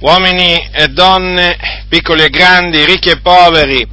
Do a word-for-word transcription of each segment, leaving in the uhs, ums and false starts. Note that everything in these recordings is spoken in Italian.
uomini e donne, piccoli e grandi, ricchi e poveri,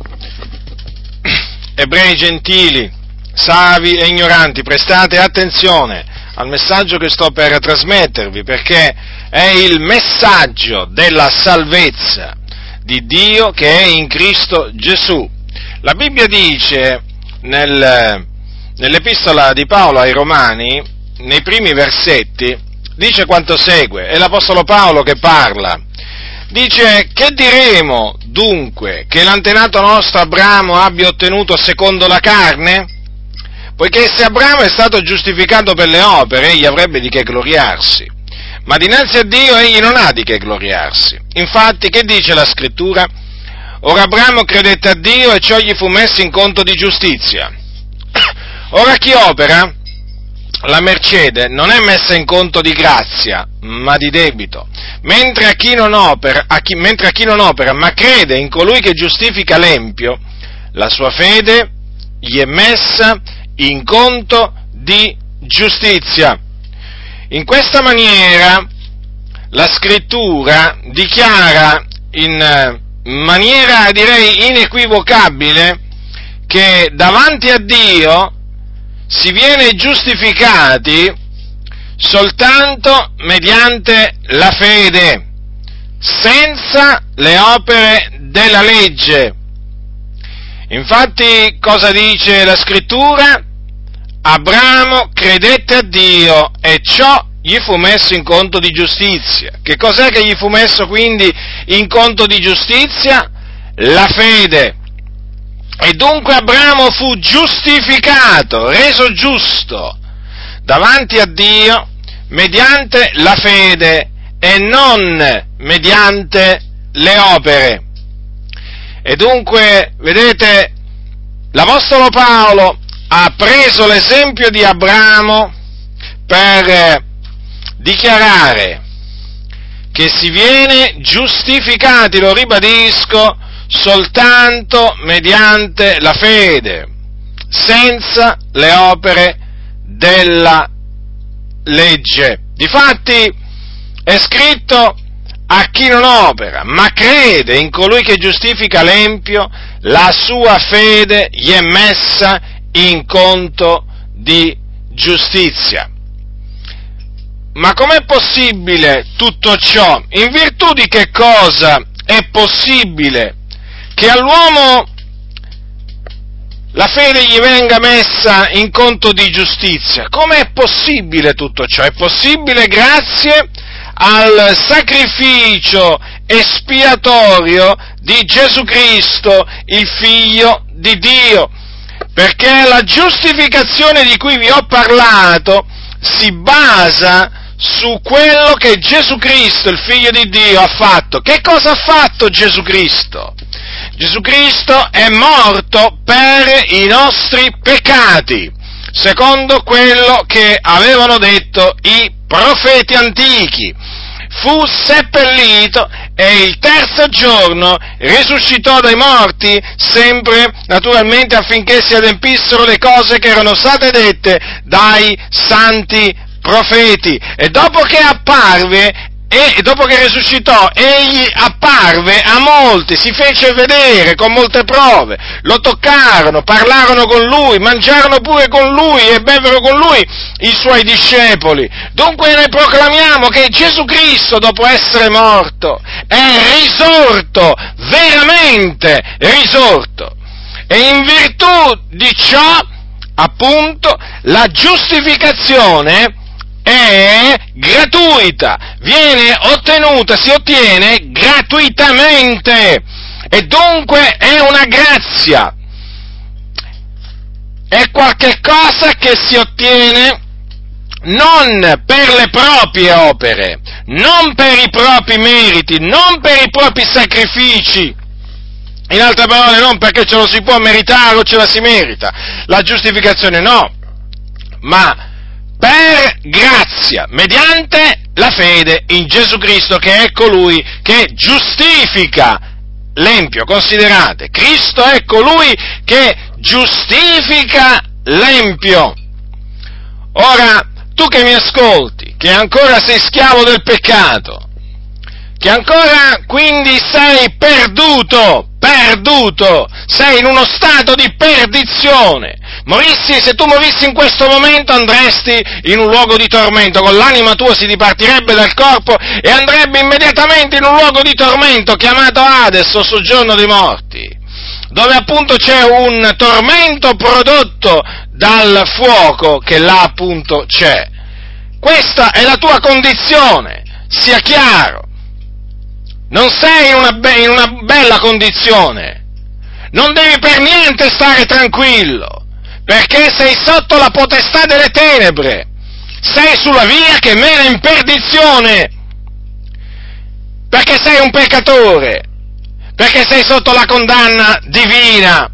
ebrei e gentili, savi e ignoranti, prestate attenzione al messaggio che sto per trasmettervi, perché è il messaggio della salvezza di Dio che è in Cristo Gesù. La Bibbia dice nel, nell'epistola di Paolo ai Romani, nei primi versetti, dice quanto segue, è l'Apostolo Paolo che parla. Dice: che diremo dunque che l'antenato nostro Abramo abbia ottenuto secondo la carne? Poiché se Abramo è stato giustificato per le opere, egli avrebbe di che gloriarsi. Ma dinanzi a Dio egli non ha di che gloriarsi. Infatti, che dice la Scrittura? Ora Abramo credette a Dio e ciò gli fu messo in conto di giustizia. Ora chi opera, la mercede non è messa in conto di grazia, ma di debito, mentre a chi non opera, a chi, mentre a chi non opera, ma crede in colui che giustifica l'empio, la sua fede gli è messa in conto di giustizia. In questa maniera la Scrittura dichiara in maniera, direi, inequivocabile che davanti a Dio si viene giustificati soltanto mediante la fede, senza le opere della legge. Infatti, cosa dice la Scrittura? Abramo credette a Dio e ciò gli fu messo in conto di giustizia. Che cos'è che gli fu messo quindi in conto di giustizia? La fede. E dunque Abramo fu giustificato, reso giusto davanti a Dio mediante la fede e non mediante le opere. E dunque, vedete, l'Apostolo Paolo ha preso l'esempio di Abramo per dichiarare che si viene giustificati, lo ribadisco, soltanto mediante la fede, senza le opere della legge. Difatti è scritto: a chi non opera, ma crede in colui che giustifica l'empio, la sua fede gli è messa in conto di giustizia. Ma com'è possibile tutto ciò? In virtù di che cosa è possibile che all'uomo la fede gli venga messa in conto di giustizia? Com'è possibile tutto ciò? È possibile grazie al sacrificio espiatorio di Gesù Cristo, il Figlio di Dio, perché la giustificazione di cui vi ho parlato si basa su quello che Gesù Cristo, il Figlio di Dio, ha fatto. Che cosa ha fatto Gesù Cristo? Gesù Cristo è morto per i nostri peccati, secondo quello che avevano detto i profeti antichi. Fu seppellito e il terzo giorno risuscitò dai morti, sempre naturalmente affinché si adempissero le cose che erano state dette dai santi profeti. E dopo che apparve, e dopo che risuscitò, egli apparve a molti, si fece vedere con molte prove, lo toccarono, parlarono con lui, mangiarono pure con lui e bevvero con lui i suoi discepoli. Dunque noi proclamiamo che Gesù Cristo, dopo essere morto, è risorto, veramente risorto. E in virtù di ciò, appunto, la giustificazione è gratuita, viene ottenuta, si ottiene gratuitamente, e dunque è una grazia, è qualche cosa che si ottiene non per le proprie opere, non per i propri meriti, non per i propri sacrifici. In altre parole, non perché ce lo si può meritare o ce la si merita, la giustificazione no, ma per grazia, mediante la fede in Gesù Cristo, che è colui che giustifica l'empio. Considerate, Cristo è colui che giustifica l'empio. Ora, tu che mi ascolti, che ancora sei schiavo del peccato, che ancora quindi sei perduto, perduto, sei in uno stato di perdizione. Morissi, se tu morissi in questo momento andresti in un luogo di tormento, con l'anima tua si dipartirebbe dal corpo e andrebbe immediatamente in un luogo di tormento chiamato Hades, o soggiorno dei morti, dove appunto c'è un tormento prodotto dal fuoco che là appunto c'è. Questa è la tua condizione, sia chiaro. Non sei in una, be- in una bella condizione, non devi per niente stare tranquillo, perché sei sotto la potestà delle tenebre, sei sulla via che mena in perdizione, perché sei un peccatore, perché sei sotto la condanna divina.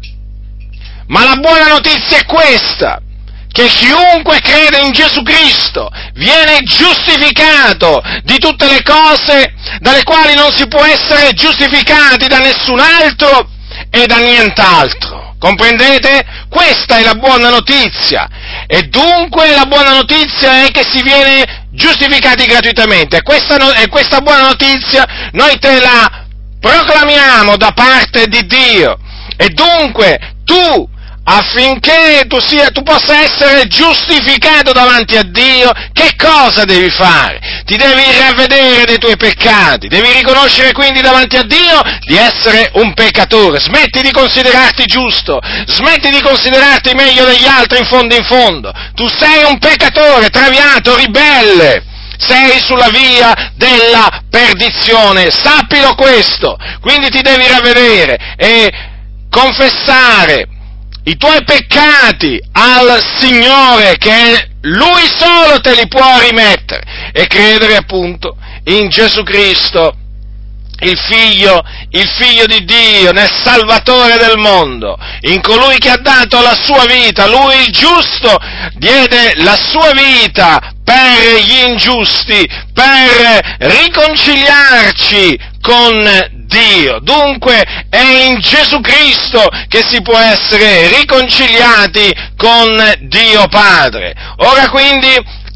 Ma la buona notizia è questa, che chiunque crede in Gesù Cristo viene giustificato di tutte le cose dalle quali non si può essere giustificati da nessun altro e da nient'altro. Comprendete? Questa è la buona notizia. E dunque la buona notizia è che si viene giustificati gratuitamente. E questa, no- e questa buona notizia noi te la proclamiamo da parte di Dio. E dunque tu, affinché tu, sia, tu possa essere giustificato davanti a Dio, che cosa devi fare? Ti devi ravvedere dei tuoi peccati, devi riconoscere quindi davanti a Dio di essere un peccatore, smetti di considerarti giusto, smetti di considerarti meglio degli altri in fondo in fondo, tu sei un peccatore, traviato, ribelle, sei sulla via della perdizione, sappilo questo, quindi ti devi ravvedere e confessare i tuoi peccati al Signore, che Lui solo te li può rimettere, e credere appunto in Gesù Cristo, il Figlio, il Figlio di Dio, nel Salvatore del mondo, in colui che ha dato la sua vita. Lui, il giusto, diede la sua vita per gli ingiusti, per riconciliarci con Dio. Dunque è in Gesù Cristo che si può essere riconciliati con Dio Padre. Ora quindi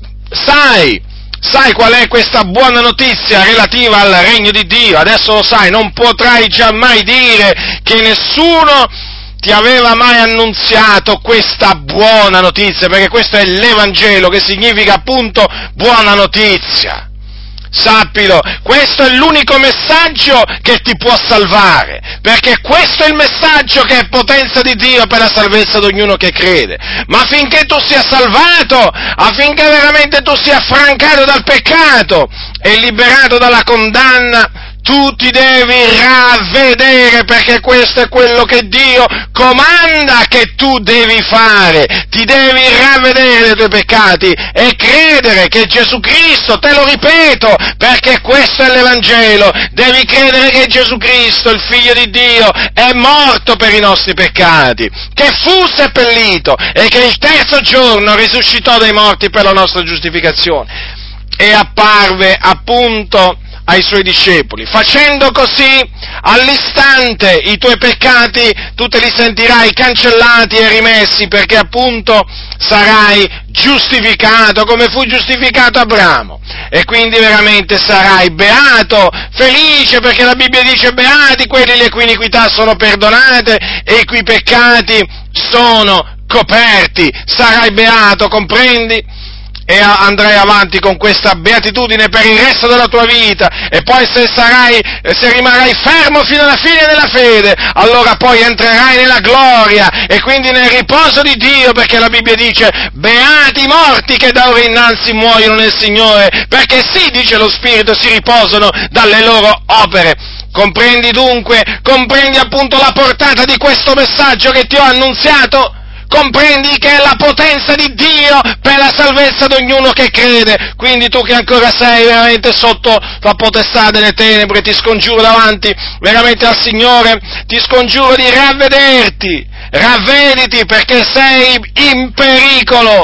sai, sai qual è questa buona notizia relativa al regno di Dio? Adesso lo sai, non potrai giammai dire che nessuno ti aveva mai annunziato questa buona notizia, perché questo è l'Evangelo, che significa appunto buona notizia. Sappilo, questo è l'unico messaggio che ti può salvare, perché questo è il messaggio che è potenza di Dio per la salvezza di ognuno che crede. Ma affinché tu sia salvato, affinché veramente tu sia affrancato dal peccato e liberato dalla condanna, tu ti devi ravvedere, perché questo è quello che Dio comanda che tu devi fare. Ti devi ravvedere dei tuoi peccati e credere che Gesù Cristo, te lo ripeto, perché questo è l'Evangelo, devi credere che Gesù Cristo, il Figlio di Dio, è morto per i nostri peccati, che fu seppellito e che il terzo giorno risuscitò dai morti per la nostra giustificazione e apparve appunto ai suoi discepoli. Facendo così, all'istante i tuoi peccati tu te li sentirai cancellati e rimessi, perché appunto sarai giustificato come fu giustificato Abramo, e quindi veramente sarai beato, felice, perché la Bibbia dice: beati quelli le cui iniquità sono perdonate e i cui peccati sono coperti. Sarai beato, comprendi? E andrai avanti con questa beatitudine per il resto della tua vita, e poi se sarai, se rimarrai fermo fino alla fine della fede, allora poi entrerai nella gloria e quindi nel riposo di Dio, perché la Bibbia dice: beati i morti che da ora innanzi muoiono nel Signore, perché sì, dice lo Spirito, si riposano dalle loro opere. Comprendi dunque, comprendi appunto la portata di questo messaggio che ti ho annunziato? Comprendi che è la potenza di Dio per la salvezza di ognuno che crede. Quindi tu che ancora sei veramente sotto la potestà delle tenebre, ti scongiuro davanti veramente al Signore, ti scongiuro di ravvederti, ravvediti, perché sei in pericolo,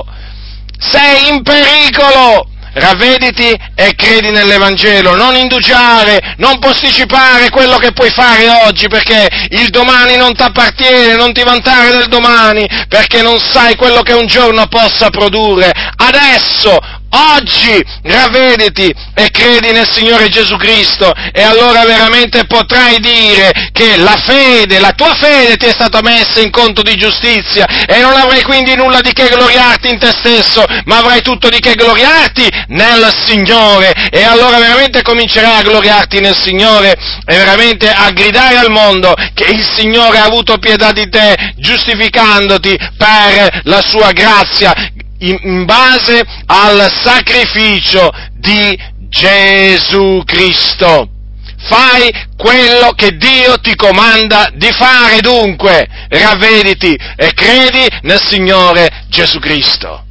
sei in pericolo. Ravvediti e credi nell'Evangelo, non indugiare, non posticipare quello che puoi fare oggi, perché il domani non ti appartiene, non ti vantare del domani, perché non sai quello che un giorno possa produrre. Adesso, oggi ravvediti e credi nel Signore Gesù Cristo, e allora veramente potrai dire che la fede, la tua fede ti è stata messa in conto di giustizia, e non avrai quindi nulla di che gloriarti in te stesso, ma avrai tutto di che gloriarti nel Signore, e allora veramente comincerai a gloriarti nel Signore e veramente a gridare al mondo che il Signore ha avuto pietà di te, giustificandoti per la sua grazia, in, in base al sacrificio di Gesù Cristo. Fai quello che Dio ti comanda di fare, dunque, ravvediti e credi nel Signore Gesù Cristo.